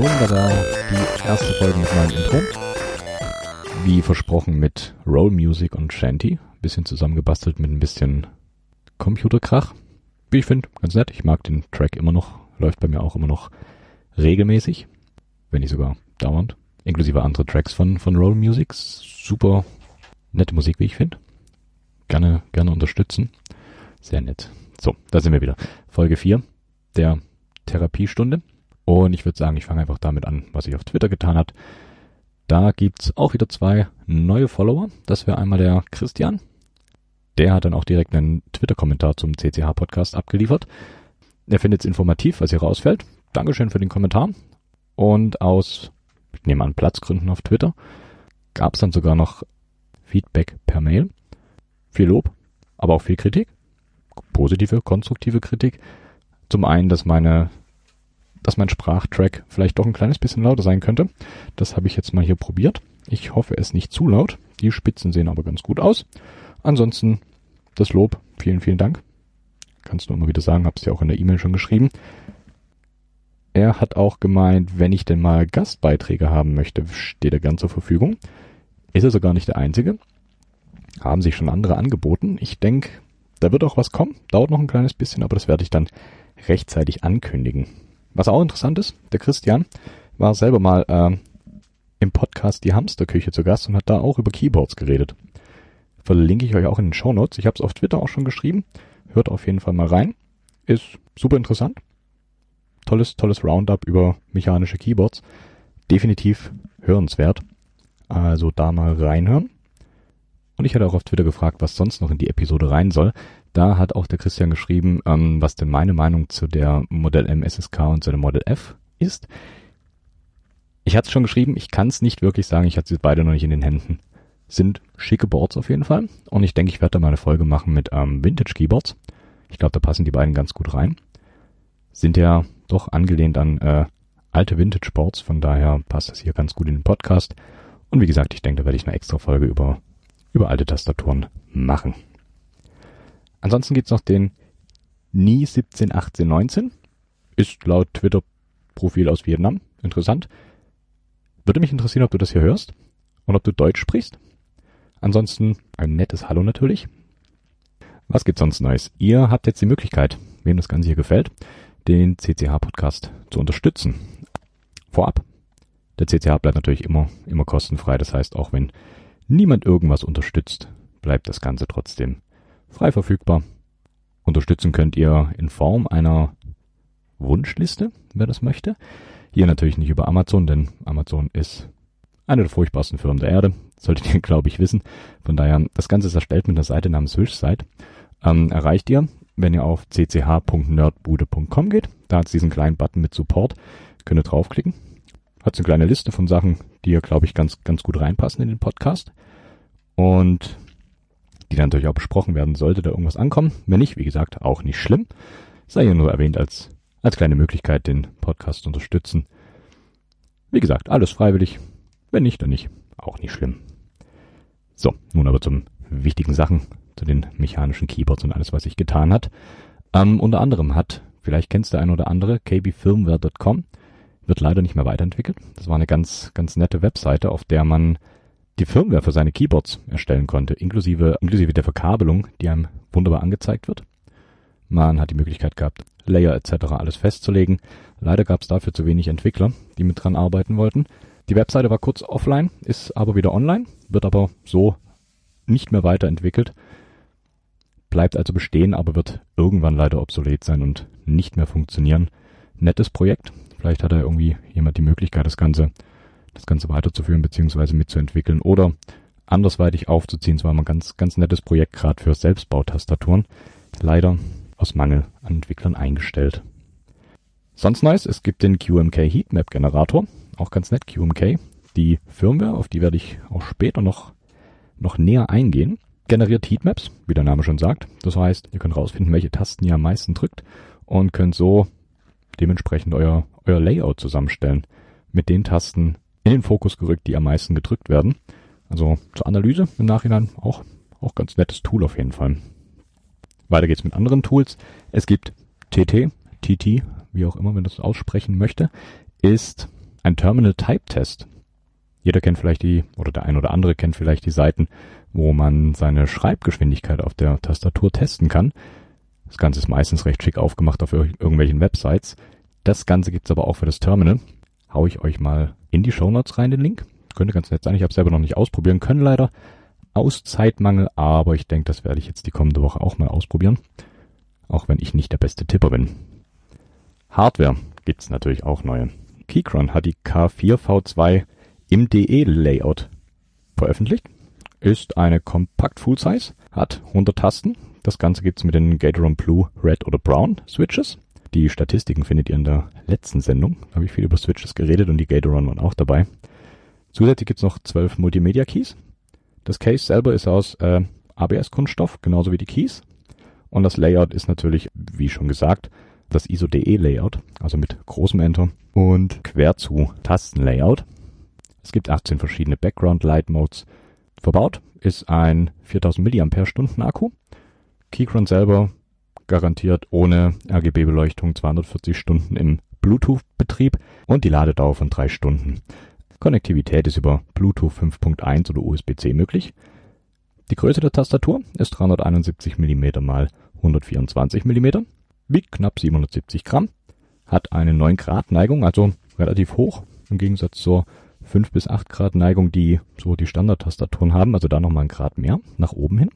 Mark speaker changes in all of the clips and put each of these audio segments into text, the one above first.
Speaker 1: Wunderbar, die erste Folge mit meinem Intro. Wie versprochen mit Roll Music und Shanty. Bisschen zusammengebastelt mit ein bisschen Computerkrach. Wie ich finde, ganz nett. Ich mag den Track immer noch. Läuft bei mir auch immer noch regelmäßig. Wenn nicht sogar dauernd. Inklusive andere Tracks von Roll Music. Super nette Musik, wie ich finde. Gerne unterstützen. Sehr nett. So, da sind wir wieder. Folge 4 der Therapiestunde. Und ich würde sagen, ich fange einfach damit an, was ich auf Twitter getan habe. Da gibt's auch wieder 2 neue Follower. Das wäre einmal der Christian. Der hat dann auch direkt einen Twitter-Kommentar zum CCH-Podcast abgeliefert. Er findet es informativ, was hier rausfällt. Dankeschön für den Kommentar. Und aus, ich nehme an, Platzgründen auf Twitter, gab es dann sogar noch Feedback per Mail. Viel Lob, aber auch viel Kritik. Positive, konstruktive Kritik. Zum einen, dass mein Sprachtrack vielleicht doch ein kleines bisschen lauter sein könnte. Das habe ich jetzt mal hier probiert. Ich hoffe, es ist nicht zu laut. Die Spitzen sehen aber ganz gut aus. Ansonsten das Lob. Vielen, vielen Dank. Kannst du immer wieder sagen, habe es ja auch in der E-Mail schon geschrieben. Er hat auch gemeint, wenn ich denn mal Gastbeiträge haben möchte, steht er gern zur Verfügung. Ist er sogar nicht der Einzige. Haben sich schon andere angeboten. Ich denke, da wird auch was kommen. Dauert noch ein kleines bisschen, aber das werde ich dann rechtzeitig ankündigen. Was auch interessant ist, der Christian war selber mal im Podcast Die Hamsterküche zu Gast und hat da auch über Keyboards geredet. Verlinke ich euch auch in den Shownotes. Ich habe es auf Twitter auch schon geschrieben. Hört auf jeden Fall mal rein. Ist super interessant. Tolles Roundup über mechanische Keyboards. Definitiv hörenswert. Also da mal reinhören. Und ich hatte auch auf Twitter gefragt, was sonst noch in die Episode rein soll. Da hat auch der Christian geschrieben, was denn meine Meinung zu der Modell M SSK und zu der Model F ist. Ich hatte es schon geschrieben, ich kann es nicht wirklich sagen, ich hatte sie beide noch nicht in den Händen. Sind schicke Boards auf jeden Fall. Und ich denke, ich werde da mal eine Folge machen mit Vintage Keyboards. Ich glaube, da passen die beiden ganz gut rein. Sind ja doch angelehnt an alte Vintage Boards, von daher passt das hier ganz gut in den Podcast. Und wie gesagt, ich denke, da werde ich eine extra Folge über alte Tastaturen machen. Ansonsten gibt's noch den Nie171819. Ist laut Twitter-Profil aus Vietnam. Interessant. Würde mich interessieren, ob du das hier hörst und ob du Deutsch sprichst. Ansonsten ein nettes Hallo natürlich. Was gibt's sonst Neues? Ihr habt jetzt die Möglichkeit, wem das Ganze hier gefällt, den CCH-Podcast zu unterstützen. Vorab. Der CCH bleibt natürlich immer kostenfrei. Das heißt, auch wenn niemand irgendwas unterstützt, bleibt das Ganze trotzdem frei verfügbar. Unterstützen könnt ihr in Form einer Wunschliste, wer das möchte. Hier natürlich nicht über Amazon, denn Amazon ist eine der furchtbarsten Firmen der Erde. Solltet ihr, glaube ich, wissen. Von daher, das Ganze ist erstellt mit einer Seite namens Wishsite. Erreicht ihr, wenn ihr auf cch.nerdbude.com geht. Da hat es diesen kleinen Button mit Support. Könnt ihr draufklicken. Hat eine kleine Liste von Sachen, die hier, glaube ich, ganz gut reinpassen in den Podcast. Und die dann natürlich auch besprochen werden, sollte da irgendwas ankommen. Wenn nicht, wie gesagt, auch nicht schlimm. Sei hier nur erwähnt als kleine Möglichkeit, den Podcast zu unterstützen. Wie gesagt, alles freiwillig. Wenn nicht, dann nicht. Auch nicht schlimm. So, nun aber zum wichtigen Sachen, zu den mechanischen Keyboards und alles, was sich getan hat. Unter anderem vielleicht kennst du ein oder andere, kbfirmware.com, wird leider nicht mehr weiterentwickelt. Das war eine ganz nette Webseite, auf der man die Firmware für seine Keyboards erstellen konnte, inklusive der Verkabelung, die einem wunderbar angezeigt wird. Man hat die Möglichkeit gehabt, Layer etc. alles festzulegen. Leider gab es dafür zu wenig Entwickler, die mit dran arbeiten wollten. Die Webseite war kurz offline, ist aber wieder online, wird aber so nicht mehr weiterentwickelt. Bleibt also bestehen, aber wird irgendwann leider obsolet sein und nicht mehr funktionieren. Nettes Projekt. Vielleicht hat irgendwie jemand die Möglichkeit, das Ganze weiterzuführen bzw. mitzuentwickeln oder andersweitig aufzuziehen. Es war immer ein ganz nettes Projekt, gerade für Selbstbautastaturen. Leider aus Mangel an Entwicklern eingestellt. Sonst nice, es gibt den QMK Heatmap Generator. Auch ganz nett, QMK. Die Firmware, auf die werde ich auch später noch näher eingehen. Generiert Heatmaps, wie der Name schon sagt. Das heißt, ihr könnt rausfinden, welche Tasten ihr am meisten drückt und könnt so dementsprechend euer Layout zusammenstellen. Mit den Tasten in den Fokus gerückt, die am meisten gedrückt werden. Also zur Analyse im Nachhinein auch ganz nettes Tool auf jeden Fall. Weiter geht's mit anderen Tools. Es gibt TT, wie auch immer man das aussprechen möchte, ist ein Terminal-Type-Test. Jeder kennt vielleicht der ein oder andere kennt vielleicht die Seiten, wo man seine Schreibgeschwindigkeit auf der Tastatur testen kann. Das Ganze ist meistens recht schick aufgemacht auf irgendwelchen Websites. Das Ganze gibt's aber auch für das Terminal. Hau ich euch mal in die Shownotes rein, den Link. Könnte ganz nett sein. Ich habe es selber noch nicht ausprobieren können, leider. Aus Zeitmangel, aber ich denke, das werde ich jetzt die kommende Woche auch mal ausprobieren. Auch wenn ich nicht der beste Tipper bin. Hardware gibt's natürlich auch neue. Keychron hat die K4V2 im DE-Layout veröffentlicht. Ist eine kompakt Full-Size, hat 100 Tasten. Das Ganze gibt's mit den Gateron Blue, Red oder Brown Switches. Die Statistiken findet ihr in der letzten Sendung. Da habe ich viel über Switches geredet und die Gateron waren auch dabei. Zusätzlich gibt's noch 12 Multimedia-Keys. Das Case selber ist aus ABS-Kunststoff, genauso wie die Keys. Und das Layout ist natürlich, wie schon gesagt, das ISO-DE-Layout, also mit großem Enter und Querzu-Tasten-Layout. Es gibt 18 verschiedene Background-Light-Modes. Verbaut ist ein 4000 mAh Akku. Keychron selber garantiert ohne RGB-Beleuchtung 240 Stunden im Bluetooth-Betrieb und die Ladedauer von 3 Stunden. Konnektivität ist über Bluetooth 5.1 oder USB-C möglich. Die Größe der Tastatur ist 371 mm x 124 mm, wiegt knapp 770 Gramm, hat eine 9 Grad Neigung, also relativ hoch, im Gegensatz zur 5 bis 8 Grad Neigung, die so die Standard-Tastaturen haben, also da nochmal 1 Grad mehr nach oben hin.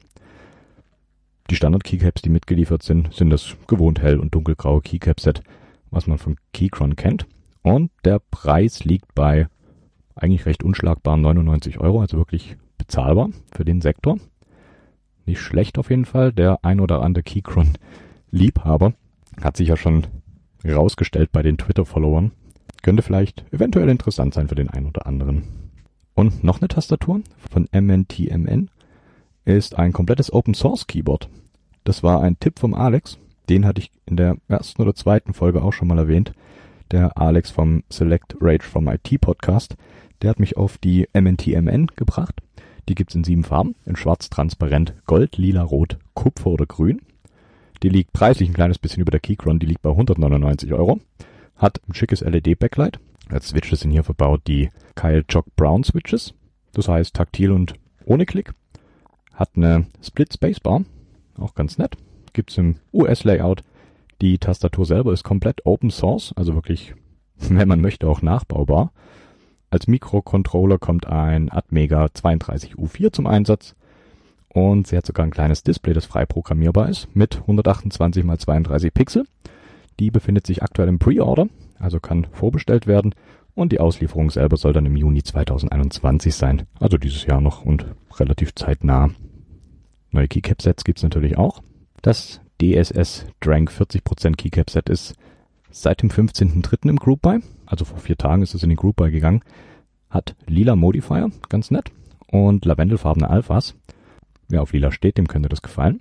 Speaker 1: Die Standard-Keycaps, die mitgeliefert sind, sind das gewohnt hell- und dunkelgraue Keycap-Set, was man von Keychron kennt. Und der Preis liegt bei eigentlich recht unschlagbaren 99 €, also wirklich bezahlbar für den Sektor. Nicht schlecht auf jeden Fall. Der ein oder andere Keychron-Liebhaber hat sich ja schon rausgestellt bei den Twitter-Followern. Könnte vielleicht eventuell interessant sein für den einen oder anderen. Und noch eine Tastatur von MNTMN ist ein komplettes Open-Source-Keyboard. Das war ein Tipp vom Alex. Den hatte ich in der ersten oder zweiten Folge auch schon mal erwähnt. Der Alex vom Select Rage from IT Podcast. Der hat mich auf die MNTMN gebracht. Die gibt's in 7 Farben. In schwarz, transparent, gold, lila, rot, kupfer oder grün. Die liegt preislich ein kleines bisschen über der Keychron. Die liegt bei 199 €. Hat ein schickes LED-Backlight. Als Switches sind hier verbaut die Kyle Jock Brown Switches. Das heißt taktil und ohne Klick. Hat eine Split Spacebar. Auch ganz nett. Gibt's im US-Layout. Die Tastatur selber ist komplett Open Source. Also wirklich, wenn man möchte, auch nachbaubar. Als Mikrocontroller kommt ein Atmega 32U4 zum Einsatz. Und sie hat sogar ein kleines Display, das frei programmierbar ist. Mit 128 x 32 Pixel. Die befindet sich aktuell im Pre-Order, also kann vorbestellt werden und die Auslieferung selber soll dann im Juni 2021 sein, also dieses Jahr noch und relativ zeitnah. Neue Keycap-Sets gibt's natürlich auch. Das DSS Drank 40% Keycap-Set ist seit dem 15.03. im Group Buy, also vor 4 Tagen ist es in den Group Buy gegangen, hat lila Modifier, ganz nett, und lavendelfarbene Alphas. Wer auf lila steht, dem könnte das gefallen.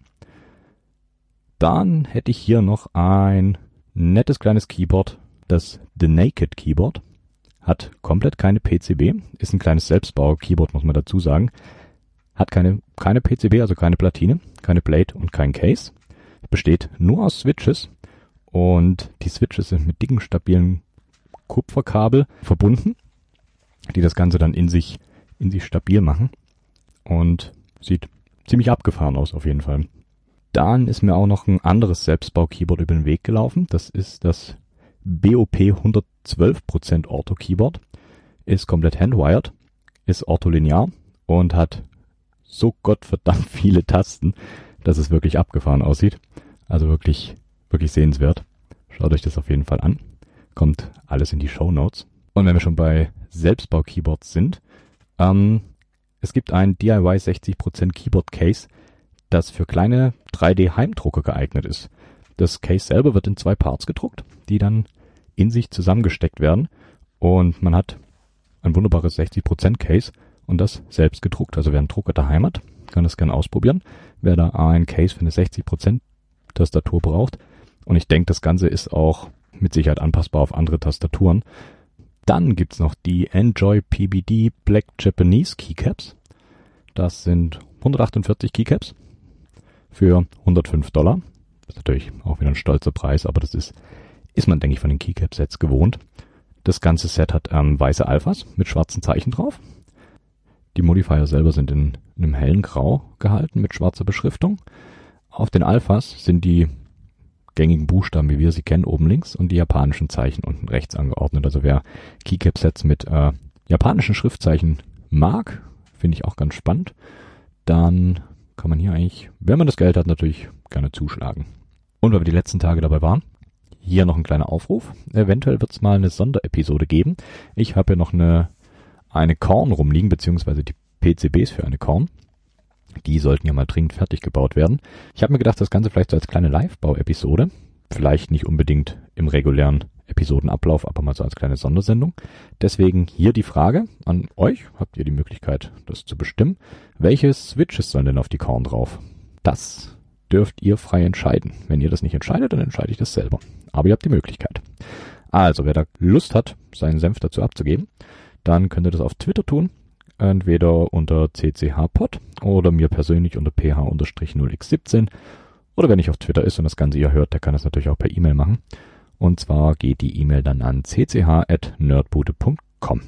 Speaker 1: Dann hätte ich hier noch ein nettes kleines Keyboard, das The Naked Keyboard. Hat komplett keine PCB, ist ein kleines Selbstbau-Keyboard, muss man dazu sagen. Hat keine PCB, also keine Platine, keine Blade und kein Case. Besteht nur aus Switches und die Switches sind mit dicken, stabilen Kupferkabel verbunden, die das Ganze dann in sich stabil machen und sieht ziemlich abgefahren aus auf jeden Fall. Dann ist mir auch noch ein anderes Selbstbau-Keyboard über den Weg gelaufen. Das ist das BOP 112% Ortho Keyboard. Ist komplett handwired, ist ortholinear und hat so gottverdammt viele Tasten, dass es wirklich abgefahren aussieht. Also wirklich, wirklich sehenswert. Schaut euch das auf jeden Fall an. Kommt alles in die Shownotes. Und wenn wir schon bei Selbstbau-Keyboards sind, es gibt ein DIY 60% Keyboard Case, das für kleine 3D-Heimdrucker geeignet ist. Das Case selber wird in 2 Parts gedruckt, die dann in sich zusammengesteckt werden. Und man hat ein wunderbares 60% Case und das selbst gedruckt. Also wer einen Drucker daheim hat, kann das gerne ausprobieren. Wer da ein Case für eine 60% Tastatur braucht. Und ich denke, das Ganze ist auch mit Sicherheit anpassbar auf andere Tastaturen. Dann gibt's noch die Enjoy PBD Black Japanese Keycaps. Das sind 148 Keycaps für $105. Das ist natürlich auch wieder ein stolzer Preis, aber das ist man, denke ich, von den Keycap-Sets gewohnt. Das ganze Set hat weiße Alphas mit schwarzen Zeichen drauf. Die Modifier selber sind in einem hellen Grau gehalten mit schwarzer Beschriftung. Auf den Alphas sind die gängigen Buchstaben, wie wir sie kennen, oben links und die japanischen Zeichen unten rechts angeordnet. Also wer Keycap-Sets mit japanischen Schriftzeichen mag, finde ich auch ganz spannend, dann kann man hier eigentlich, wenn man das Geld hat, natürlich gerne zuschlagen. Und weil wir die letzten Tage dabei waren, hier noch ein kleiner Aufruf. Eventuell wird es mal eine Sonderepisode geben. Ich habe hier noch eine Korn rumliegen, beziehungsweise die PCBs für eine Korn. Die sollten ja mal dringend fertig gebaut werden. Ich habe mir gedacht, das Ganze vielleicht so als kleine Live-Bau-Episode. Vielleicht nicht unbedingt im regulären Episodenablauf, aber mal so als kleine Sondersendung. Deswegen hier die Frage an euch. Habt ihr die Möglichkeit, das zu bestimmen? Welche Switches sollen denn auf die Korn drauf? Das dürft ihr frei entscheiden. Wenn ihr das nicht entscheidet, dann entscheide ich das selber. Aber ihr habt die Möglichkeit. Also, wer da Lust hat, seinen Senf dazu abzugeben, dann könnt ihr das auf Twitter tun. Entweder unter cchpod oder mir persönlich unter ph-0x17. Oder wenn nicht auf Twitter ist und das Ganze ihr hört, der kann das natürlich auch per E-Mail machen. Und zwar geht die E-Mail dann an cch@nerdbude.com.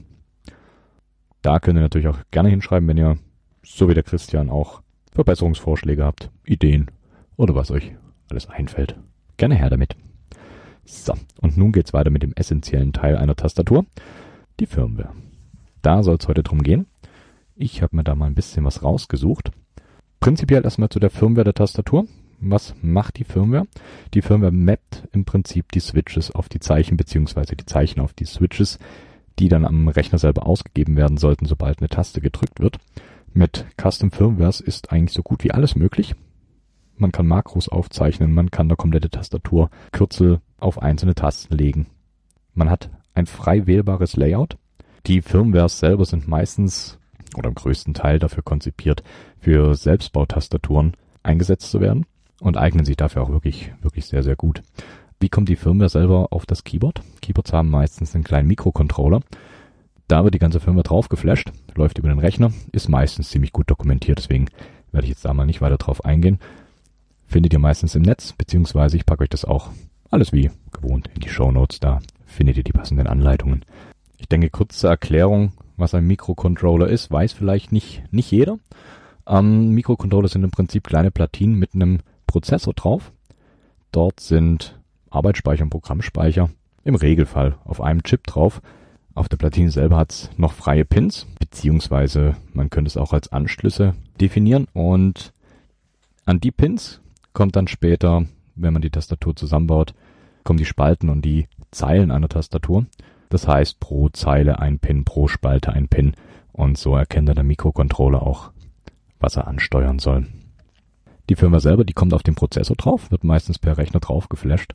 Speaker 1: Da könnt ihr natürlich auch gerne hinschreiben, wenn ihr, so wie der Christian, auch Verbesserungsvorschläge habt, Ideen oder was euch alles einfällt. Gerne her damit. So, und nun geht's weiter mit dem essentiellen Teil einer Tastatur, die Firmware. Da soll es heute drum gehen. Ich habe mir da mal ein bisschen was rausgesucht. Prinzipiell erstmal zu der Firmware der Tastatur. Was macht die Firmware? Die Firmware mappt im Prinzip die Switches auf die Zeichen, beziehungsweise die Zeichen auf die Switches, die dann am Rechner selber ausgegeben werden sollten, sobald eine Taste gedrückt wird. Mit Custom Firmwares ist eigentlich so gut wie alles möglich. Man kann Makros aufzeichnen, man kann eine komplette Tastaturkürzel auf einzelne Tasten legen. Man hat ein frei wählbares Layout. Die Firmwares selber sind meistens oder im größten Teil dafür konzipiert, für Selbstbautastaturen eingesetzt zu werden und eignen sich dafür auch wirklich sehr, sehr gut. Wie kommt die Firmware selber auf das Keyboard? Keyboards haben meistens einen kleinen Mikrocontroller. Da wird die ganze Firmware drauf geflasht, läuft über den Rechner, ist meistens ziemlich gut dokumentiert, deswegen werde ich jetzt da mal nicht weiter drauf eingehen. Findet ihr meistens im Netz, beziehungsweise ich packe euch das auch alles wie gewohnt in die Shownotes, da findet ihr die passenden Anleitungen. Ich denke, kurze Erklärung, was ein Mikrocontroller ist, weiß vielleicht nicht jeder. Mikrocontroller sind im Prinzip kleine Platinen mit einem Prozessor drauf. Dort sind Arbeitsspeicher und Programmspeicher im Regelfall auf einem Chip drauf. Auf der Platine selber hat es noch freie Pins, beziehungsweise man könnte es auch als Anschlüsse definieren. Und an die Pins kommt dann später, wenn man die Tastatur zusammenbaut, kommen die Spalten und die Zeilen einer Tastatur. Das heißt, pro Zeile ein Pin, pro Spalte ein Pin. Und so erkennt der Mikrocontroller auch, was er ansteuern soll. Die Firmware selber, die kommt auf den Prozessor drauf, wird meistens per Rechner drauf geflasht.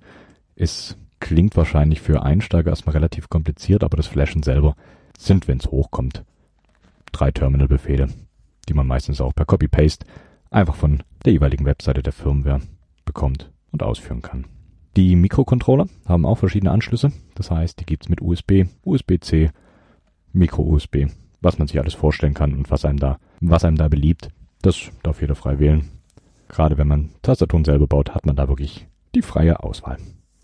Speaker 1: Klingt wahrscheinlich für Einsteiger erstmal relativ kompliziert, aber das Flashen selber sind, wenn es hochkommt, 3 Terminal-Befehle, die man meistens auch per Copy-Paste einfach von der jeweiligen Webseite der Firmware bekommt und ausführen kann. Die Mikrocontroller haben auch verschiedene Anschlüsse. Das heißt, die gibt's mit USB, USB-C, Micro-USB, was man sich alles vorstellen kann und was einem da beliebt. Das darf jeder frei wählen. Gerade wenn man Tastaturen selber baut, hat man da wirklich die freie Auswahl.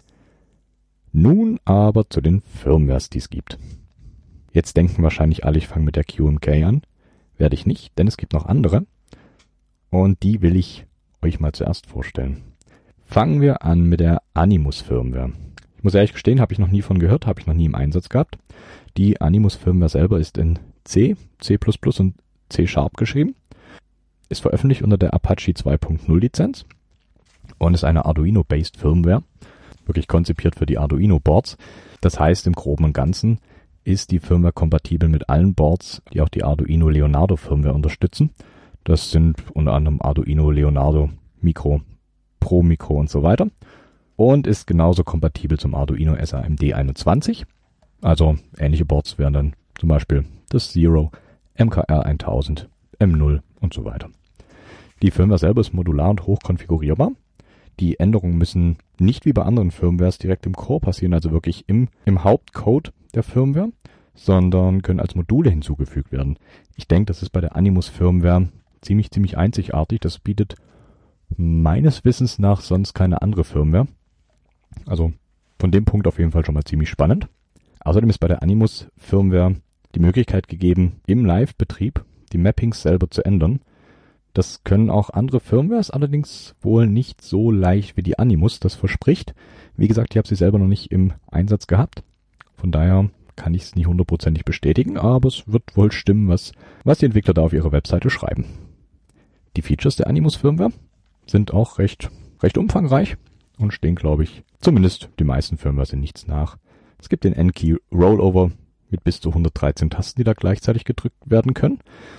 Speaker 1: Nun aber zu den Firmwares, die es gibt. Jetzt denken wahrscheinlich alle, ich fange mit der QMK an. Werde ich nicht, denn es gibt noch andere. Und die will ich euch mal zuerst vorstellen. Fangen wir an mit der Animus Firmware. Ich muss ehrlich gestehen, habe ich noch nie von gehört, habe ich noch nie im Einsatz gehabt. Die Animus Firmware selber ist in C, C++ und C# geschrieben. Ist veröffentlicht unter der Apache 2.0 Lizenz und ist eine Arduino-based Firmware. Wirklich konzipiert für die Arduino-Boards. Das heißt, im Groben und Ganzen ist die Firmware kompatibel mit allen Boards, die auch die Arduino Leonardo Firmware unterstützen. Das sind unter anderem Arduino Leonardo Micro, Pro Micro und so weiter. Und ist genauso kompatibel zum Arduino SAMD 21. Also ähnliche Boards wären dann zum Beispiel das Zero, MKR 1000, M0 und so weiter. Die Firmware selber ist modular und hoch konfigurierbar. Die Änderungen müssen nicht wie bei anderen Firmwares direkt im Core passieren, also wirklich im Hauptcode der Firmware, sondern können als Module hinzugefügt werden. Ich denke, das ist bei der Animus Firmware ziemlich einzigartig. Das bietet meines Wissens nach sonst keine andere Firmware. Also von dem Punkt auf jeden Fall schon mal ziemlich spannend. Außerdem ist bei der Animus Firmware die Möglichkeit gegeben, im Live-Betrieb die Mappings selber zu ändern. Das können auch andere Firmwares, allerdings wohl nicht so leicht wie die Animus das verspricht. Wie gesagt, ich habe sie selber noch nicht im Einsatz gehabt. Von daher kann ich es nicht hundertprozentig bestätigen, aber es wird wohl stimmen, was die Entwickler da auf ihrer Webseite schreiben. Die Features der Animus Firmware sind auch recht umfangreich und stehen, glaube ich, zumindest die meisten Firmwares in nichts nach. Es gibt den N-Key Rollover mit bis zu 113 Tasten, die da gleichzeitig gedrückt werden können.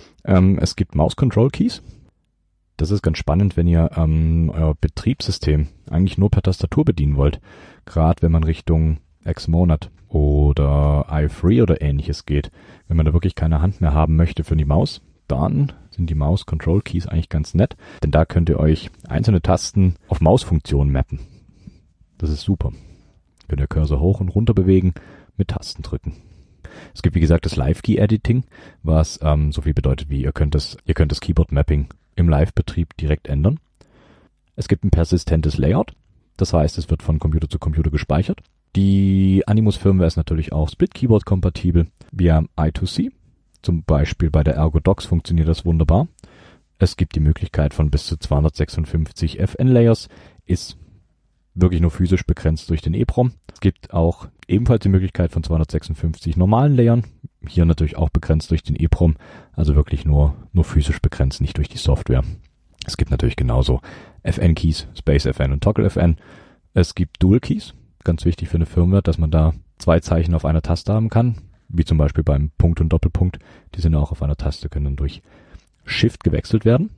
Speaker 1: Es gibt Mouse Control Keys. Das ist ganz spannend, wenn ihr euer Betriebssystem eigentlich nur per Tastatur bedienen wollt. Gerade wenn man Richtung Xmonad oder i3 oder ähnliches geht. Wenn man da wirklich keine Hand mehr haben möchte für die Maus, dann sind die Mouse Control Keys eigentlich ganz nett. Denn da könnt ihr euch einzelne Tasten auf Mausfunktionen mappen. Das ist super. Könnt ihr Cursor hoch und runter bewegen, mit Tasten drücken. Es gibt wie gesagt das Live-Key-Editing, was so viel bedeutet wie ihr könnt das Keyboard-Mapping im Live-Betrieb direkt ändern. Es gibt ein persistentes Layout, das heißt, es wird von Computer zu Computer gespeichert. Die Animus-Firmware ist natürlich auch Split-Keyboard-kompatibel via I2C. Zum Beispiel bei der Ergo Docs funktioniert das wunderbar. Es gibt die Möglichkeit von bis zu 256 FN-Layers, ist wirklich nur physisch begrenzt durch den EEPROM. Es gibt auch ebenfalls die Möglichkeit von 256 normalen Layern. Hier natürlich auch begrenzt durch den EEPROM, also wirklich nur physisch begrenzt, nicht durch die Software. Es gibt natürlich genauso FN-Keys, Space FN und Toggle FN. Es gibt Dual-Keys, ganz wichtig für eine Firmware, dass man da 2 Zeichen auf einer Taste haben kann, wie zum Beispiel beim Punkt und Doppelpunkt. Die sind auch auf einer Taste, können dann durch Shift gewechselt werden.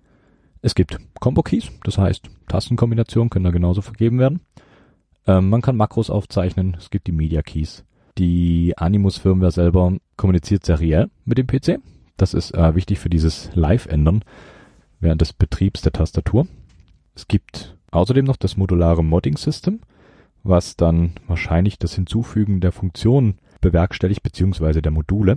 Speaker 1: Es gibt Combo-Keys, das heißt Tastenkombinationen können da genauso vergeben werden. Man kann Makros aufzeichnen, es gibt die Media-Keys. Die Animus-Firmware selber kommuniziert seriell mit dem PC. Das ist wichtig für dieses Live-Ändern während des Betriebs der Tastatur. Es gibt außerdem noch das modulare Modding-System, was dann wahrscheinlich das Hinzufügen der Funktionen bewerkstelligt, beziehungsweise der Module.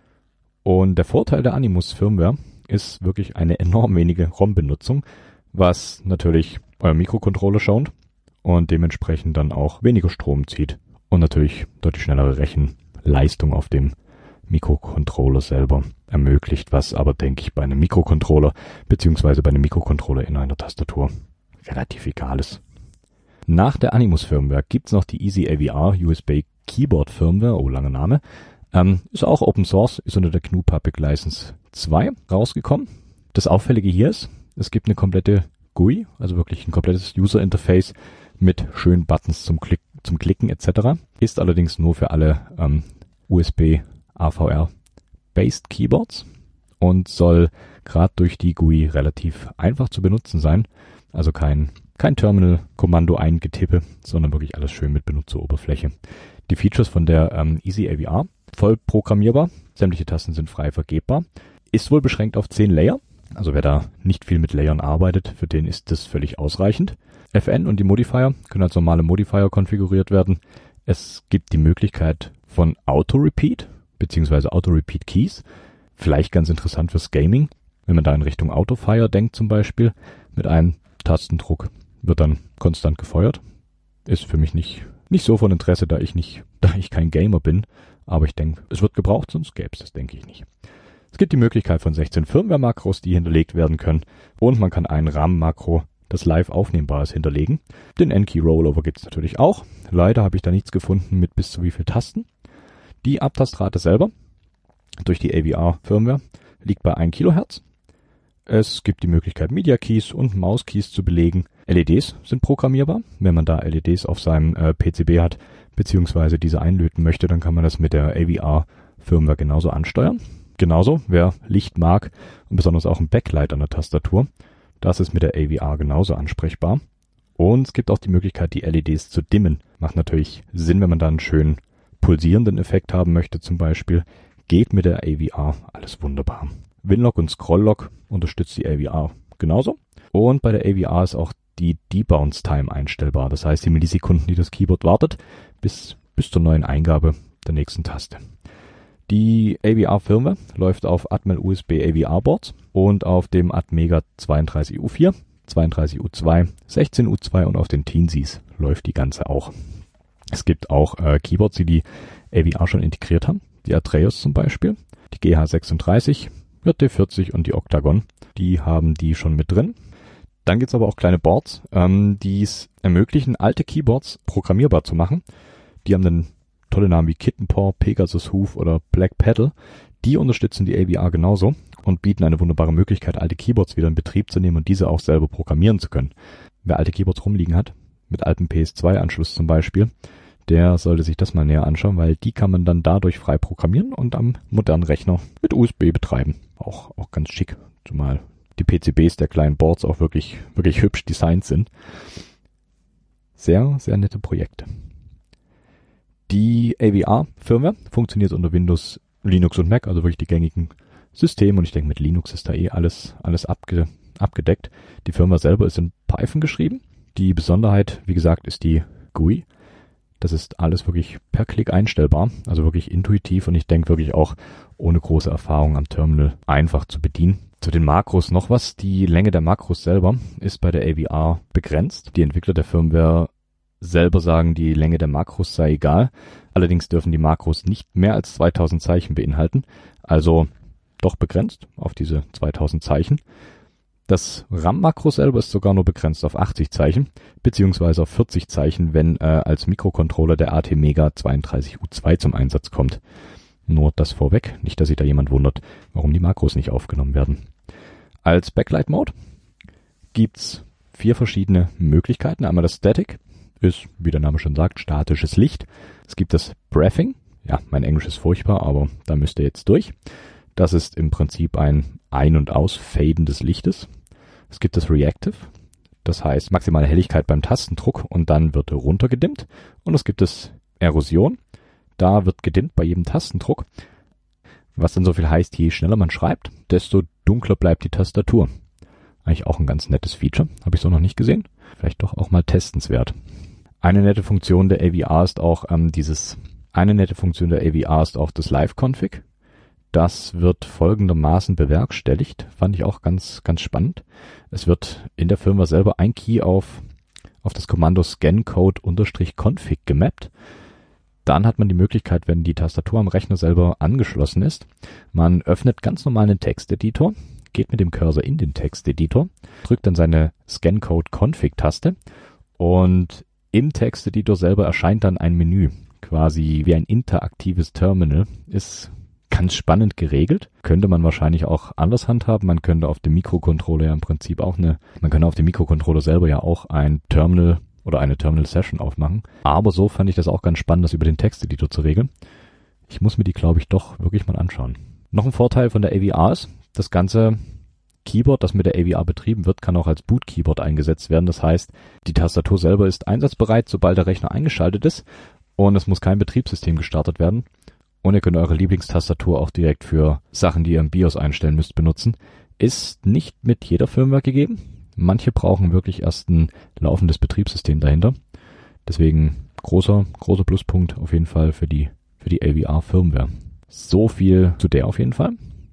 Speaker 1: Und der Vorteil der Animus-Firmware ist wirklich eine enorm wenige ROM-Benutzung, was natürlich euer Mikrocontroller schont und dementsprechend dann auch weniger Strom zieht und natürlich deutlich schnellere Rechenleistung auf dem Mikrocontroller selber ermöglicht, was aber, denke ich, bei einem Mikrocontroller beziehungsweise bei einem Mikrocontroller in einer Tastatur relativ egal ist. Nach der Animus-Firmware gibt's noch die Easy AVR USB Keyboard Firmware, langer Name. Ist auch Open Source, ist unter der GNU Public License 2 rausgekommen. Das Auffällige hier ist, es gibt eine komplette GUI, also wirklich ein komplettes User Interface mit schönen Buttons zum Klicken etc. Ist allerdings nur für alle USB AVR-based Keyboards und soll gerade durch die GUI relativ einfach zu benutzen sein. Also kein Terminal-Kommando eingetippe, sondern wirklich alles schön mit Benutzeroberfläche. Die Features von der Easy AVR, voll programmierbar, sämtliche Tasten sind frei vergebbar, ist wohl beschränkt auf 10 Layer, also wer da nicht viel mit Layern arbeitet, für den ist das völlig ausreichend. FN und die Modifier können als normale Modifier konfiguriert werden. Es gibt die Möglichkeit von Auto-Repeat, beziehungsweise Auto-Repeat-Keys, vielleicht ganz interessant fürs Gaming, wenn man da in Richtung Autofire denkt zum Beispiel, mit einem Tastendruck wird dann konstant gefeuert. Ist für mich nicht so von Interesse, da ich kein Gamer bin, aber ich denke, es wird gebraucht, sonst gäbe es das, denke ich nicht. Es gibt die Möglichkeit von 16 Firmware-Makros, die hinterlegt werden können, und man kann ein RAM-Makro, das live aufnehmbar ist, hinterlegen. Den N-Key Rollover gibt es natürlich auch. Leider habe ich da nichts gefunden mit bis zu wie viel Tasten. Die Abtastrate selber durch die AVR-Firmware liegt bei 1 Kilohertz. Es gibt die Möglichkeit, Media-Keys und Maus-Keys zu belegen. LEDs sind programmierbar. Wenn man da LEDs auf seinem PCB hat, beziehungsweise diese einlöten möchte, dann kann man das mit der AVR-Firmware genauso ansteuern. Genauso, wer Licht mag und besonders auch ein Backlight an der Tastatur, das ist mit der AVR genauso ansprechbar. Und es gibt auch die Möglichkeit, die LEDs zu dimmen. Macht natürlich Sinn, wenn man da einen schönen pulsierenden Effekt haben möchte zum Beispiel. Geht mit der AVR alles wunderbar. Winlock und Scrolllock unterstützt die AVR genauso. Und bei der AVR ist auch die Debounce Time einstellbar. Das heißt, die Millisekunden, die das Keyboard wartet, bis zur neuen Eingabe der nächsten Taste. Die AVR-Firmware läuft auf Atmel USB AVR-Boards und auf dem Atmega 32U4, 32U2, 16U2 und auf den Teensies läuft die ganze auch. Es gibt auch Keyboards, die die AVR schon integriert haben. Die Atreus zum Beispiel, die GH36, JT40 und die Octagon. Die haben die schon mit drin. Dann gibt's aber auch kleine Boards, die es ermöglichen, alte Keyboards programmierbar zu machen. Die haben dann tolle Namen wie Kittenpaw, Pegasus Hoof oder Black Pedal. Die unterstützen die AVR genauso und bieten eine wunderbare Möglichkeit, alte Keyboards wieder in Betrieb zu nehmen und diese auch selber programmieren zu können. Wer alte Keyboards rumliegen hat, mit altem PS2-Anschluss zum Beispiel, der sollte sich das mal näher anschauen, weil die kann man dann dadurch frei programmieren und am modernen Rechner mit USB betreiben. Auch ganz schick, zumal die PCBs der kleinen Boards auch wirklich hübsch designt sind. Sehr, sehr nette Projekte. Die AVR-Firmware funktioniert unter Windows, Linux und Mac, also wirklich die gängigen Systeme. Und ich denke, mit Linux ist da alles abgedeckt. Die Firmware selber ist in Python geschrieben. Die Besonderheit, wie gesagt, ist die GUI. Das ist alles wirklich per Klick einstellbar, also wirklich intuitiv und ich denke wirklich auch ohne große Erfahrung am Terminal einfach zu bedienen. Zu den Makros noch was. Die Länge der Makros selber ist bei der AVR begrenzt. Die Entwickler der Firmware selber sagen, die Länge der Makros sei egal. Allerdings dürfen die Makros nicht mehr als 2000 Zeichen beinhalten. Also doch begrenzt auf diese 2000 Zeichen. Das RAM-Makro selber ist sogar nur begrenzt auf 80 Zeichen, beziehungsweise auf 40 Zeichen, wenn als Mikrocontroller der ATmega 32U2 zum Einsatz kommt. Nur das vorweg, nicht, dass sich da jemand wundert, warum die Makros nicht aufgenommen werden. Als Backlight-Mode gibt's 4 verschiedene Möglichkeiten. Einmal das Static, ist, wie der Name schon sagt, statisches Licht. Es gibt das Breathing, ja, mein Englisch ist furchtbar, aber da müsst ihr jetzt durch. Das ist im Prinzip ein Ein- und Ausfaden des Lichtes. Es gibt das Reactive, das heißt maximale Helligkeit beim Tastendruck und dann wird runtergedimmt. Und es gibt das Erosion, da wird gedimmt bei jedem Tastendruck. Was dann so viel heißt, je schneller man schreibt, desto dunkler bleibt die Tastatur. Eigentlich auch ein ganz nettes Feature, habe ich so noch nicht gesehen. Vielleicht doch auch mal testenswert. Eine nette Funktion der AVR ist auch das Live-Config. Das wird folgendermaßen bewerkstelligt. Fand ich auch ganz, ganz spannend. Es wird in der Firmware selber ein Key auf das Kommando scancode-config gemappt. Dann hat man die Möglichkeit, wenn die Tastatur am Rechner selber angeschlossen ist, man öffnet ganz normal einen Texteditor, geht mit dem Cursor in den Texteditor, drückt dann seine Scancode-Config-Taste und im Texteditor selber erscheint dann ein Menü, quasi wie ein interaktives Terminal. Ist ganz spannend geregelt. Könnte man wahrscheinlich auch anders handhaben. Man könnte auf dem Mikrocontroller ja im Prinzip auch man könnte auf dem Mikrocontroller selber ja auch ein Terminal oder eine Terminal-Session aufmachen. Aber so fand ich das auch ganz spannend, das über den Texteditor zu regeln. Ich muss mir die, glaube ich, doch wirklich mal anschauen. Noch ein Vorteil von der AVR ist, das ganze Keyboard, das mit der AVR betrieben wird, kann auch als Boot-Keyboard eingesetzt werden. Das heißt, die Tastatur selber ist einsatzbereit, sobald der Rechner eingeschaltet ist und es muss kein Betriebssystem gestartet werden. Und ihr könnt eure Lieblingstastatur auch direkt für Sachen, die ihr im BIOS einstellen müsst, benutzen. Ist nicht mit jeder Firmware gegeben. Manche brauchen wirklich erst ein laufendes Betriebssystem dahinter. Deswegen großer Pluspunkt auf jeden Fall für die AVR-Firmware. So viel zu der auf jeden Fall.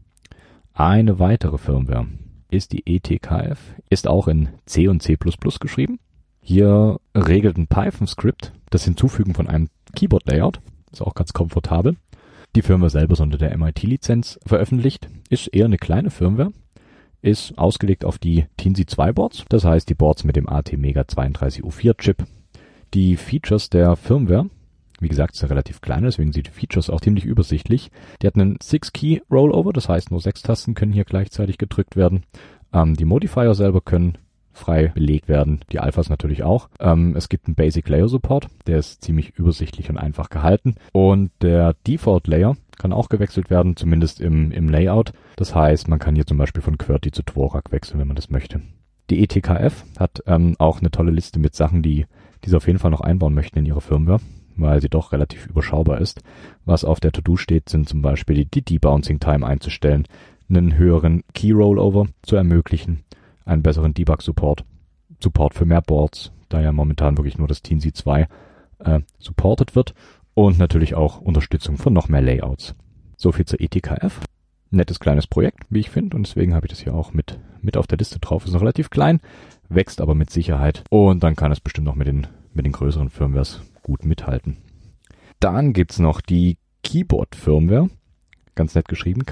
Speaker 1: Eine weitere Firmware ist die ETKF, ist auch in C und C++ geschrieben. Hier regelt ein Python-Skript das Hinzufügen von einem Keyboard-Layout. Ist auch ganz komfortabel. Die Firmware selber ist unter der MIT-Lizenz veröffentlicht. Ist eher eine kleine Firmware. Ist ausgelegt auf die Teensy 2 Boards. Das heißt die Boards mit dem ATmega 32U4 Chip. Die Features der Firmware, wie gesagt, ist ja relativ klein, deswegen sind die Features auch ziemlich übersichtlich. Die hat einen 6-Key-Rollover, das heißt nur 6 Tasten können hier gleichzeitig gedrückt werden. Die Modifier selber können frei belegt werden, die Alphas natürlich auch. Es gibt einen Basic Layer Support, der ist ziemlich übersichtlich und einfach gehalten. Und der Default Layer kann auch gewechselt werden, zumindest im Layout. Das heißt, man kann hier zum Beispiel von QWERTY zu Dvorak wechseln, wenn man das möchte. Die ETKF hat auch eine tolle Liste mit Sachen, die sie auf jeden Fall noch einbauen möchten in ihre Firmware, weil sie doch relativ überschaubar ist. Was auf der To-Do steht, sind zum Beispiel die Debouncing Time einzustellen, einen höheren Key Rollover zu ermöglichen, einen besseren Debug-Support, Support für mehr Boards, da ja momentan wirklich nur das Teensy 2 supported wird und natürlich auch Unterstützung von noch mehr Layouts. So viel zur ETKF. Nettes kleines Projekt, wie ich finde, und deswegen habe ich das hier auch mit auf der Liste drauf. Ist noch relativ klein, wächst aber mit Sicherheit und dann kann es bestimmt noch mit den größeren Firmwares gut mithalten. Dann gibt's noch die Keyboard-Firmware, ganz nett geschrieben,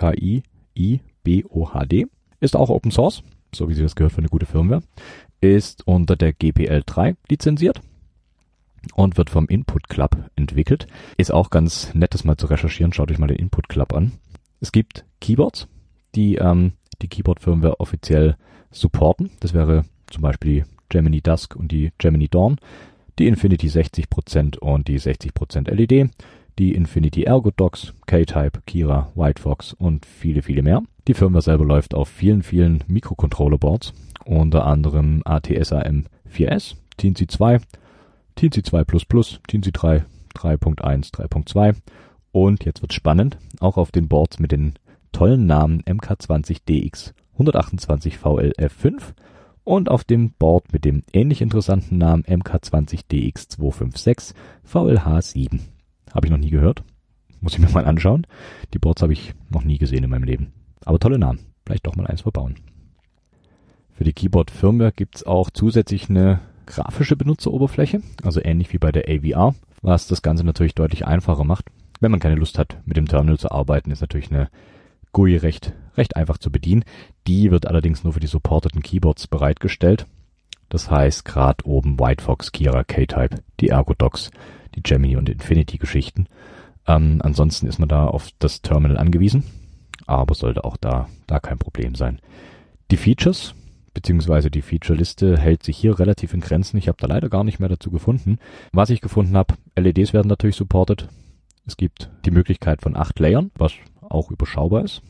Speaker 1: KIIBOHD, ist auch Open Source, so wie sie das gehört für eine gute Firmware, ist unter der GPL 3 lizenziert und wird vom Input Club entwickelt. Ist auch ganz nett, das mal zu recherchieren, schaut euch mal den Input Club an. Es gibt Keyboards, die die Keyboard-Firmware offiziell supporten, das wäre zum Beispiel die Gemini Dusk und die Gemini Dawn, die Infinity 60% und die 60% LED, die Infinity Ergo Docks, K-Type, Kira, White Fox und viele, viele mehr. Die Firmware selber läuft auf vielen, vielen Mikrocontroller-Boards, unter anderem ATSAM 4S, Teensy 2, Teensy 2++, Teensy 3, 3.1, 3.2 und jetzt wird's spannend, auch auf den Boards mit den tollen Namen MK20DX 128 VLF5 und auf dem Board mit dem ähnlich interessanten Namen MK20DX 256 VLH7. Habe ich noch nie gehört. Muss ich mir mal anschauen. Die Boards habe ich noch nie gesehen in meinem Leben. Aber tolle Namen. Vielleicht doch mal eins verbauen. Für die Keyboard-Firmware gibt's auch zusätzlich eine grafische Benutzeroberfläche, also ähnlich wie bei der AVR, was das Ganze natürlich deutlich einfacher macht. Wenn man keine Lust hat, mit dem Terminal zu arbeiten, ist natürlich eine GUI recht einfach zu bedienen. Die wird allerdings nur für die supporteten Keyboards bereitgestellt. Das heißt, gerade oben White Fox, Kira, K-Type, die Ergo Docks, die Gemini und Infinity-Geschichten. Ansonsten ist man da auf das Terminal angewiesen, aber sollte auch da kein Problem sein. Die Features, beziehungsweise die Feature-Liste hält sich hier relativ in Grenzen. Ich habe da leider gar nicht mehr dazu gefunden. Was ich gefunden habe, LEDs werden natürlich supported. Es gibt die Möglichkeit von 8 Layern, was auch überschaubar ist.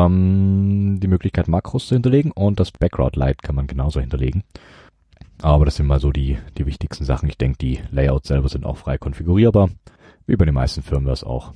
Speaker 1: Die Möglichkeit Makros zu hinterlegen und das Background Light kann man genauso hinterlegen. Aber das sind mal so die wichtigsten Sachen. Ich denke, die Layouts selber sind auch frei konfigurierbar, wie bei den meisten Firmwares auch.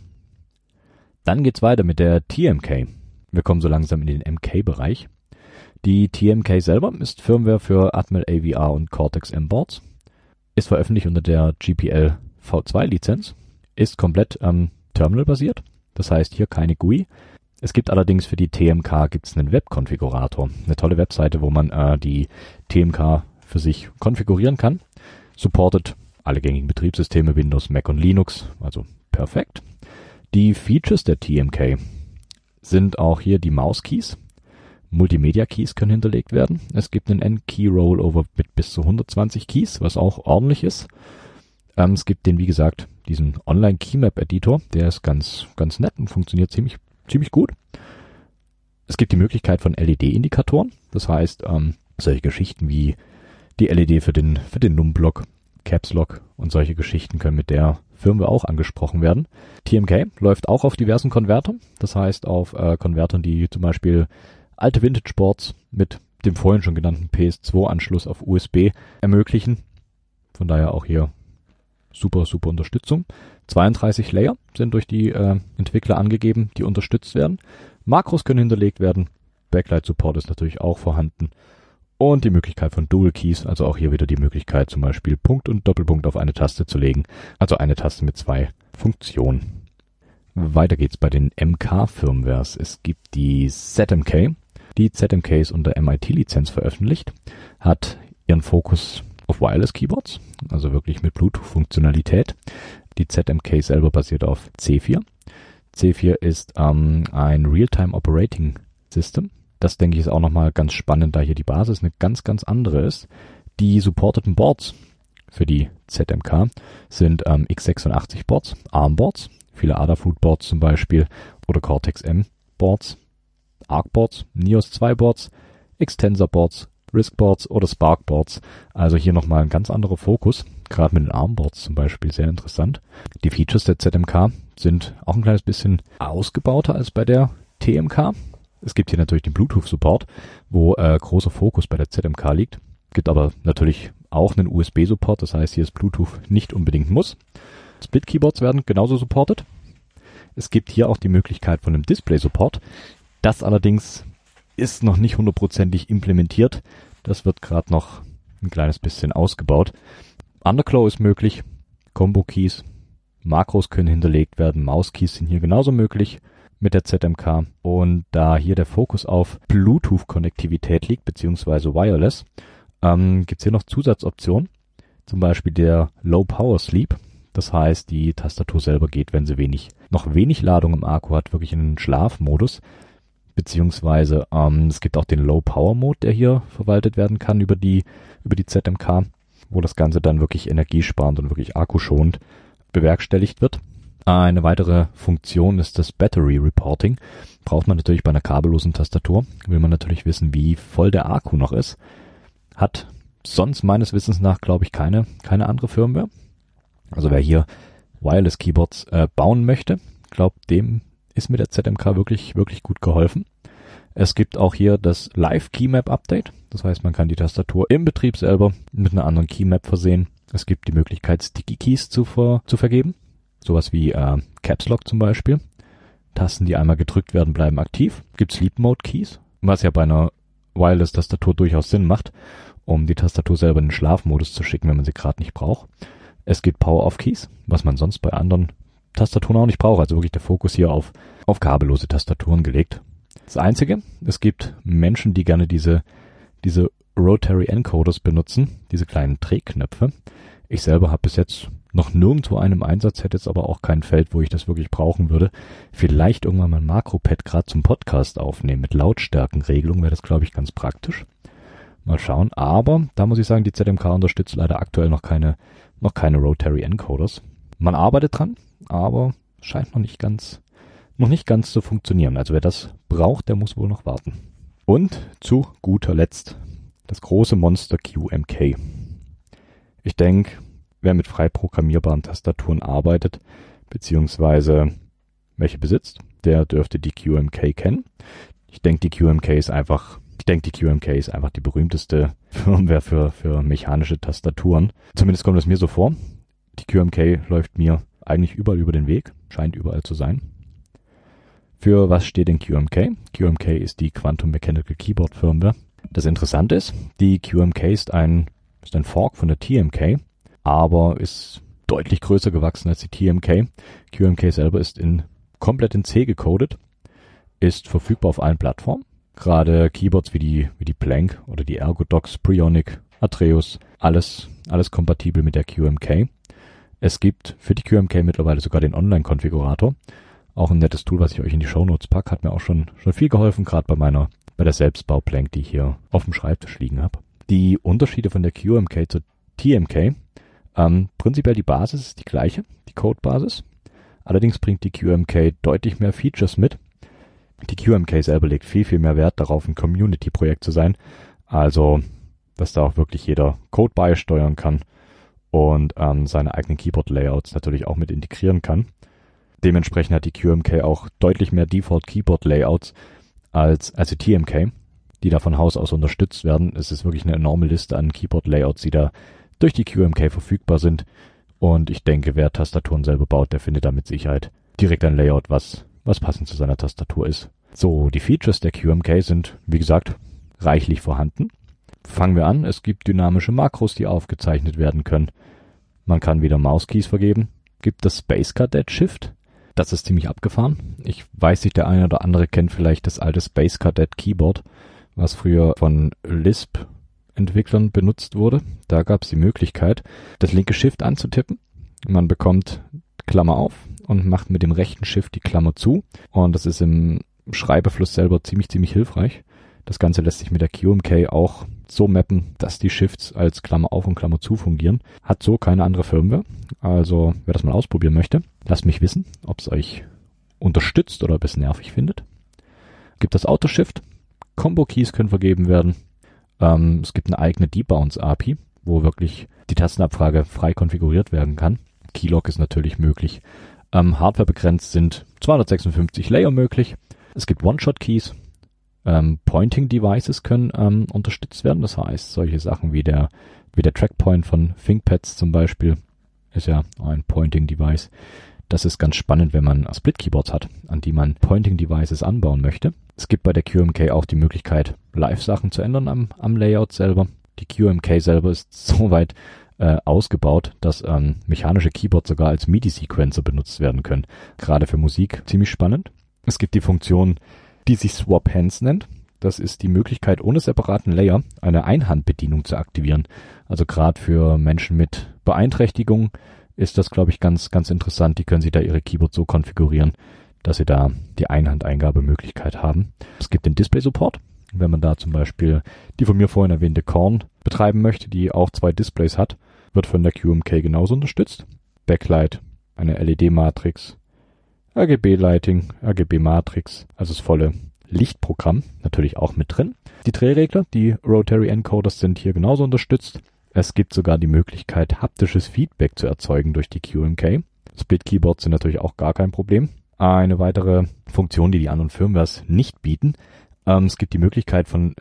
Speaker 1: Dann geht's weiter mit der TMK. Wir kommen so langsam in den MK-Bereich. Die TMK selber ist Firmware für Atmel AVR und Cortex M Boards, ist veröffentlicht unter der GPL V2-Lizenz, ist komplett Terminal-basiert, das heißt hier keine GUI. Es gibt allerdings für die TMK gibt's einen Webkonfigurator, eine tolle Webseite, wo man die TMK für sich konfigurieren kann. Supportet alle gängigen Betriebssysteme, Windows, Mac und Linux, also perfekt. Die Features der TMK sind auch hier die Maus-Keys. Multimedia-Keys können hinterlegt werden. Es gibt einen N-Key-Rollover mit bis zu 120 Keys, was auch ordentlich ist. Es gibt den, wie gesagt, diesen Online-Keymap-Editor, der ist ganz nett und funktioniert ziemlich gut. Es gibt die Möglichkeit von LED-Indikatoren, das heißt, solche Geschichten wie die LED für den Num-Block, Caps Lock und solche Geschichten können mit der Firmware auch angesprochen werden. TMK läuft auch auf diversen Konvertern, das heißt auf Konvertern, die zum Beispiel alte Vintage-Boards mit dem vorhin schon genannten PS2-Anschluss auf USB ermöglichen. Von daher auch hier super Unterstützung. 32 Layer sind durch die Entwickler angegeben, die unterstützt werden. Makros können hinterlegt werden. Backlight-Support ist natürlich auch vorhanden. Und die Möglichkeit von Dual Keys, also auch hier wieder die Möglichkeit zum Beispiel Punkt und Doppelpunkt auf eine Taste zu legen. Also eine Taste mit 2 Funktionen. Weiter geht's bei den MK-Firmwares. Es gibt die ZMK. Die ZMK ist unter MIT-Lizenz veröffentlicht, hat ihren Fokus auf Wireless Keyboards, also wirklich mit Bluetooth-Funktionalität. Die ZMK selber basiert auf C4. C4 ist ein Real-Time Operating System. Das, denke ich, ist auch nochmal ganz spannend, da hier die Basis eine ganz andere ist. Die supporteten Boards für die ZMK sind x86 Boards, ARM Boards, viele Adafruit Boards zum Beispiel oder Cortex M Boards, Arc Boards, Nios 2 Boards, Extensor Boards, RISC Boards oder Spark Boards. Also hier nochmal ein ganz anderer Fokus, gerade mit den ARM Boards zum Beispiel, sehr interessant. Die Features der ZMK sind auch ein kleines bisschen ausgebauter als bei der TMK. Es gibt hier natürlich den Bluetooth-Support, wo großer Fokus bei der ZMK liegt. Es gibt aber natürlich auch einen USB-Support, das heißt, hier ist Bluetooth nicht unbedingt muss. Split-Keyboards werden genauso supportet. Es gibt hier auch die Möglichkeit von einem Display-Support. Das allerdings ist noch nicht hundertprozentig implementiert. Das wird gerade noch ein kleines bisschen ausgebaut. Underclaw ist möglich, Combo-Keys, Makros können hinterlegt werden, Maus-Keys sind hier genauso möglich mit der ZMK. Und da hier der Fokus auf Bluetooth-Konnektivität liegt, beziehungsweise Wireless, gibt's hier noch Zusatzoptionen. Zum Beispiel der Low Power Sleep. Das heißt, die Tastatur selber geht, wenn sie noch wenig Ladung im Akku hat, wirklich in den Schlafmodus. Beziehungsweise es gibt auch den Low-Power-Mode, der hier verwaltet werden kann über die ZMK, wo das Ganze dann wirklich energiesparend und wirklich akkuschonend bewerkstelligt wird. Eine weitere Funktion ist das Battery Reporting. Braucht man natürlich bei einer kabellosen Tastatur. Will man natürlich wissen, wie voll der Akku noch ist. Hat sonst meines Wissens nach, glaube ich, keine andere Firmware. Also wer hier Wireless Keyboards bauen möchte, glaubt, dem ist mit der ZMK wirklich, wirklich gut geholfen. Es gibt auch hier das Live Keymap Update. Das heißt, man kann die Tastatur im Betrieb selber mit einer anderen Keymap versehen. Es gibt die Möglichkeit, Sticky Keys zu vergeben. Sowas wie Caps Lock zum Beispiel. Tasten, die einmal gedrückt werden, bleiben aktiv. Gibt Sleep Mode Keys, was ja bei einer Wireless-Tastatur durchaus Sinn macht, um die Tastatur selber in den Schlafmodus zu schicken, wenn man sie gerade nicht braucht. Es gibt Power-Off-Keys, was man sonst bei anderen Tastaturen auch nicht braucht. Also wirklich der Fokus hier auf kabellose Tastaturen gelegt. Das Einzige, es gibt Menschen, die gerne diese Rotary Encoders benutzen, diese kleinen Drehknöpfe. Ich selber habe bis jetzt noch nirgendwo einen im Einsatz, hätte jetzt aber auch kein Feld, wo ich das wirklich brauchen würde. Vielleicht irgendwann mal ein Makropad gerade zum Podcast aufnehmen. Mit Lautstärkenregelung wäre das, glaube ich, ganz praktisch. Mal schauen. Aber da muss ich sagen, die ZMK unterstützt leider aktuell noch keine Rotary Encoders. Man arbeitet dran, aber scheint noch nicht ganz zu funktionieren. Also wer das braucht, der muss wohl noch warten. Und zu guter Letzt das große Monster QMK. Ich denke, wer mit frei programmierbaren Tastaturen arbeitet, beziehungsweise welche besitzt, der dürfte die QMK kennen. Ich denke, die QMK ist einfach die berühmteste Firmware für mechanische Tastaturen. Zumindest kommt es mir so vor. Die QMK läuft mir eigentlich überall über den Weg, scheint überall zu sein. Für was steht denn QMK? QMK ist die Quantum Mechanical Keyboard Firmware. Das Interessante ist, die QMK ist ein Fork von der TMK, aber ist deutlich größer gewachsen als die TMK. QMK selber ist komplett in C gecodet, ist verfügbar auf allen Plattformen. Gerade Keyboards wie die Planck oder die Ergodox, Prionic, Atreus, alles kompatibel mit der QMK. Es gibt für die QMK mittlerweile sogar den Online-Konfigurator. Auch ein nettes Tool, was ich euch in die Shownotes packe, hat mir auch schon viel geholfen, gerade bei der Selbstbau-Planck, die ich hier auf dem Schreibtisch liegen habe. Die Unterschiede von der QMK zur TMK, prinzipiell die Basis ist die gleiche, die Codebasis. Allerdings bringt die QMK deutlich mehr Features mit. Die QMK selber legt viel mehr Wert darauf, ein Community-Projekt zu sein. Also, dass da auch wirklich jeder Code beisteuern kann und seine eigenen Keyboard-Layouts natürlich auch mit integrieren kann. Dementsprechend hat die QMK auch deutlich mehr Default-Keyboard-Layouts als die TMK, die da von Haus aus unterstützt werden. Es ist wirklich eine enorme Liste an Keyboard-Layouts, die da durch die QMK verfügbar sind. Und ich denke, wer Tastaturen selber baut, der findet da mit Sicherheit direkt ein Layout, was passend zu seiner Tastatur ist. So, die Features der QMK sind, wie gesagt, reichlich vorhanden. Fangen wir an. Es gibt dynamische Makros, die aufgezeichnet werden können. Man kann wieder Mauskeys vergeben. Gibt das Space Cadet Shift. Das ist ziemlich abgefahren. Ich weiß nicht, der eine oder andere kennt vielleicht das alte Space Cadet Keyboard, was früher von Lisp-Entwicklern benutzt wurde. Da gab es die Möglichkeit, das linke Shift anzutippen. Man bekommt Klammer auf und macht mit dem rechten Shift die Klammer zu. Und das ist im Schreibefluss selber ziemlich hilfreich. Das Ganze lässt sich mit der QMK auch so mappen, dass die Shifts als Klammer auf und Klammer zu fungieren. Hat so keine andere Firmware. Also wer das mal ausprobieren möchte, lasst mich wissen, ob es euch unterstützt oder ob es nervig findet. Gibt das Autoshift. Combo-Keys können vergeben werden. Es gibt eine eigene Debounce-API, wo wirklich die Tastenabfrage frei konfiguriert werden kann. Keylog ist natürlich möglich. Hardware begrenzt sind 256 Layer möglich. Es gibt One-Shot-Keys. Pointing Devices können unterstützt werden. Das heißt, solche Sachen wie der Trackpoint von ThinkPads zum Beispiel ist ja ein Pointing Device. Das ist ganz spannend, wenn man Split Keyboards hat, an die man Pointing Devices anbauen möchte. Es gibt bei der QMK auch die Möglichkeit, Live-Sachen zu ändern am Layout selber. Die QMK selber ist so weit ausgebaut, dass mechanische Keyboards sogar als MIDI-Sequencer benutzt werden können. Gerade für Musik ziemlich spannend. Es gibt die Funktion, die sich Swap Hands nennt. Das ist die Möglichkeit, ohne separaten Layer eine Einhandbedienung zu aktivieren. Also gerade für Menschen mit Beeinträchtigung ist das, glaube ich, ganz, ganz interessant. Die können sich da ihre Keyboards so konfigurieren, dass sie da die Einhandeingabemöglichkeit haben. Es gibt den Display-Support. Wenn man da zum Beispiel die von mir vorhin erwähnte Korn betreiben möchte, die auch 2 Displays hat, wird von der QMK genauso unterstützt. Backlight, eine LED-Matrix, RGB-Lighting, RGB-Matrix, also das volle Lichtprogramm natürlich auch mit drin. Die Drehregler, die Rotary Encoders sind hier genauso unterstützt. Es gibt sogar die Möglichkeit, haptisches Feedback zu erzeugen durch die QMK. Split-Keyboards sind natürlich auch gar kein Problem. Eine weitere Funktion, die die anderen Firmwares nicht bieten. Es gibt die Möglichkeit von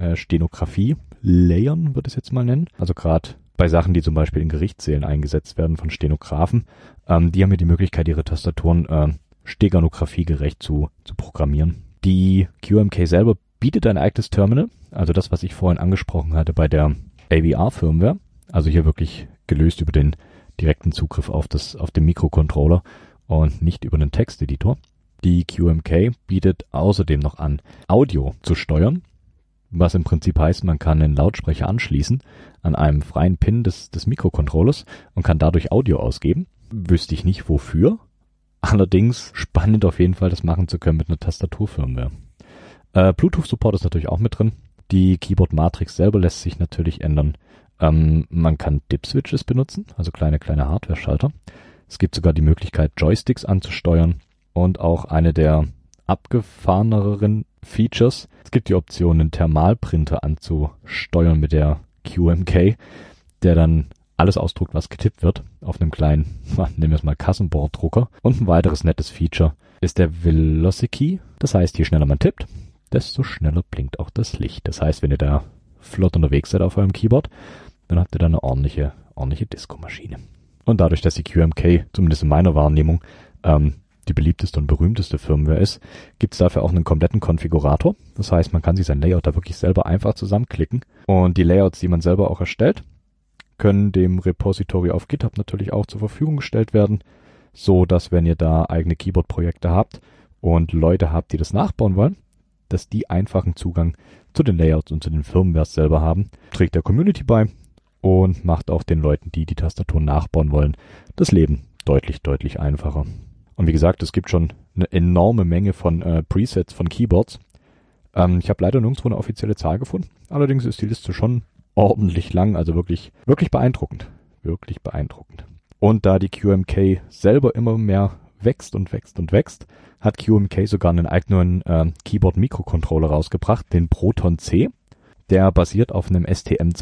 Speaker 1: Stenografie-Layern, würde ich es jetzt mal nennen. Also gerade bei Sachen, die zum Beispiel in Gerichtssälen eingesetzt werden von Stenografen, die haben hier die Möglichkeit, ihre Tastaturen steganografiegerecht zu programmieren. Die QMK selber bietet ein eigenes Terminal, also das, was ich vorhin angesprochen hatte bei der AVR-Firmware, also hier wirklich gelöst über den direkten Zugriff auf den Mikrocontroller und nicht über den Texteditor. Die QMK bietet außerdem noch an, Audio zu steuern, was im Prinzip heißt, man kann einen Lautsprecher anschließen an einem freien Pin des Mikrocontrollers und kann dadurch Audio ausgeben. Wüsste ich nicht wofür. Allerdings spannend auf jeden Fall, das machen zu können mit einer Tastaturfirmware. Bluetooth-Support ist natürlich auch mit drin. Die Keyboard-Matrix selber lässt sich natürlich ändern. Man kann Dip-Switches benutzen, also kleine Hardware-Schalter. Es gibt sogar die Möglichkeit, Joysticks anzusteuern und auch eine der abgefahreneren Features. Es gibt die Option, einen Thermalprinter anzusteuern mit der QMK, der dann alles ausdruckt, was getippt wird, auf einem kleinen, nehmen wir es mal Kassenborddrucker. Und ein weiteres nettes Feature ist der Velocity. Das heißt, je schneller man tippt, desto schneller blinkt auch das Licht. Das heißt, wenn ihr da flott unterwegs seid auf eurem Keyboard, dann habt ihr da eine ordentliche Disco-Maschine. Und dadurch, dass die QMK, zumindest in meiner Wahrnehmung, die beliebteste und berühmteste Firmware ist, gibt es dafür auch einen kompletten Konfigurator. Das heißt, man kann sich sein Layout da wirklich selber einfach zusammenklicken. Und die Layouts, die man selber auch erstellt, können dem Repository auf GitHub natürlich auch zur Verfügung gestellt werden, so dass, wenn ihr da eigene Keyboard-Projekte habt und Leute habt, die das nachbauen wollen, dass die einfachen Zugang zu den Layouts und zu den Firmwares selber haben, trägt der Community bei und macht auch den Leuten, die die Tastatur nachbauen wollen, das Leben deutlich, deutlich einfacher. Und wie gesagt, es gibt schon eine enorme Menge von Presets von Keyboards. Ich habe leider nirgendwo eine offizielle Zahl gefunden. Allerdings ist die Liste schon ordentlich lang, also wirklich, wirklich beeindruckend. Wirklich beeindruckend. Und da die QMK selber immer mehr wächst und wächst und wächst, hat QMK sogar einen eigenen Keyboard-Mikrocontroller rausgebracht, den Proton C. Der basiert auf einem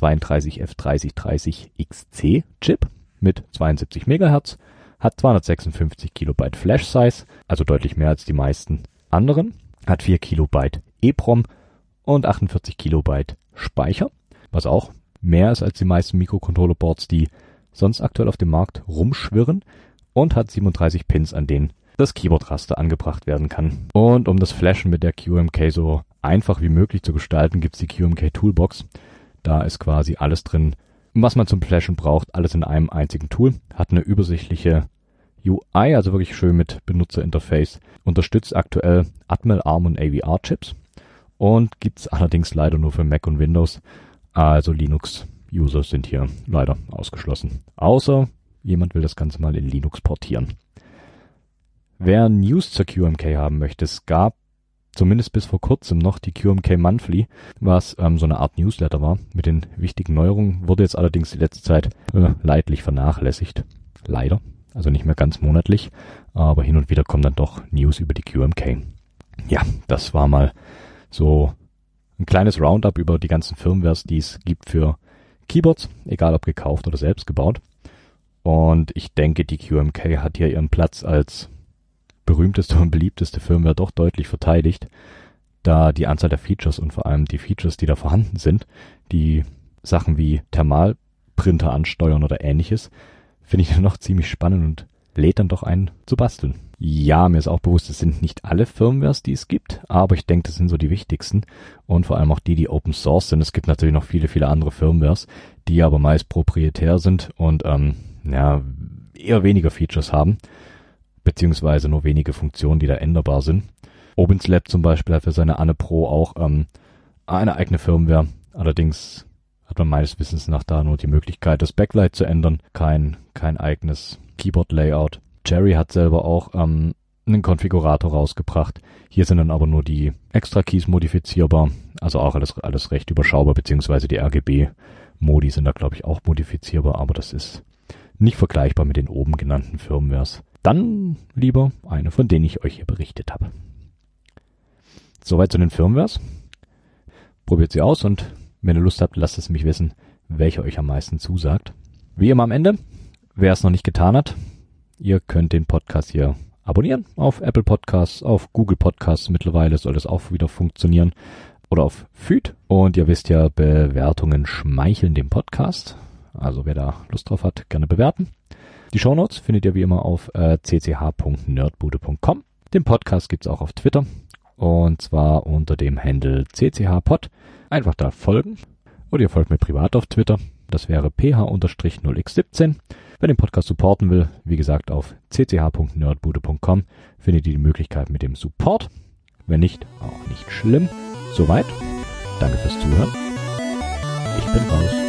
Speaker 1: STM32F3030XC-Chip mit 72 MHz, hat 256 KB Flash-Size, also deutlich mehr als die meisten anderen, hat 4 KB EEPROM und 48 KB Speicher, was auch mehr ist als die meisten Mikrocontroller-Boards, die sonst aktuell auf dem Markt rumschwirren, und hat 37 Pins, an denen das Keyboard-Raster angebracht werden kann. Und um das Flashen mit der QMK so einfach wie möglich zu gestalten, gibt's die QMK Toolbox. Da ist quasi alles drin, was man zum Flashen braucht, alles in einem einzigen Tool. Hat eine übersichtliche UI, also wirklich schön mit Benutzerinterface. Unterstützt aktuell Atmel, ARM und AVR-Chips. Und gibt's allerdings leider nur für Mac und Windows. Also Linux-User sind hier leider ausgeschlossen. Außer jemand will das Ganze mal in Linux portieren. Wer News zur QMK haben möchte, es gab zumindest bis vor kurzem noch die QMK Monthly, was so eine Art Newsletter war mit den wichtigen Neuerungen, wurde jetzt allerdings die letzte Zeit leidlich vernachlässigt. Leider, also nicht mehr ganz monatlich, aber hin und wieder kommen dann doch News über die QMK. Ja, das war mal so ein kleines Roundup über die ganzen Firmwares, die es gibt für Keyboards, egal ob gekauft oder selbst gebaut. Und ich denke, die QMK hat hier ihren Platz als berühmteste und beliebteste Firmware doch deutlich verteidigt, da die Anzahl der Features und vor allem die Features, die da vorhanden sind, die Sachen wie Thermalprinter ansteuern oder ähnliches, finde ich noch ziemlich spannend und lädt dann doch ein zu basteln. Ja, mir ist auch bewusst, es sind nicht alle Firmwares, die es gibt, aber ich denke, das sind so die wichtigsten und vor allem auch die Open Source sind. Es gibt natürlich noch viele, viele andere Firmwares, die aber meist proprietär sind und eher weniger Features haben, beziehungsweise nur wenige Funktionen, die da änderbar sind. OpenSlab zum Beispiel hat für seine Anne Pro auch eine eigene Firmware, allerdings hat man meines Wissens nach da nur die Möglichkeit, das Backlight zu ändern. Kein eigenes Keyboard-Layout. Jerry hat selber auch einen Konfigurator rausgebracht. Hier sind dann aber nur die Extra-Keys modifizierbar. Also auch alles recht überschaubar, beziehungsweise die RGB-Modi sind da, glaube ich, auch modifizierbar. Aber das ist nicht vergleichbar mit den oben genannten Firmwares. Dann lieber eine, von denen ich euch hier berichtet habe. Soweit zu den Firmwares. Probiert sie aus und wenn ihr Lust habt, lasst es mich wissen, welcher euch am meisten zusagt. Wie immer am Ende, wer es noch nicht getan hat, ihr könnt den Podcast hier abonnieren auf Apple Podcasts, auf Google Podcasts mittlerweile soll das auch wieder funktionieren oder auf Feed. Und ihr wisst ja, Bewertungen schmeicheln dem Podcast. Also wer da Lust drauf hat, gerne bewerten. Die Shownotes findet ihr wie immer auf cch.nerdbude.com. Den Podcast gibt's auch auf Twitter und zwar unter dem Handle cchpod. Einfach da folgen oder ihr folgt mir privat auf Twitter. Das wäre ph-0x17. Wer den Podcast supporten will, wie gesagt, auf cch.nerdbude.com findet ihr die Möglichkeit mit dem Support. Wenn nicht, auch nicht schlimm. Soweit. Danke fürs Zuhören. Ich bin raus.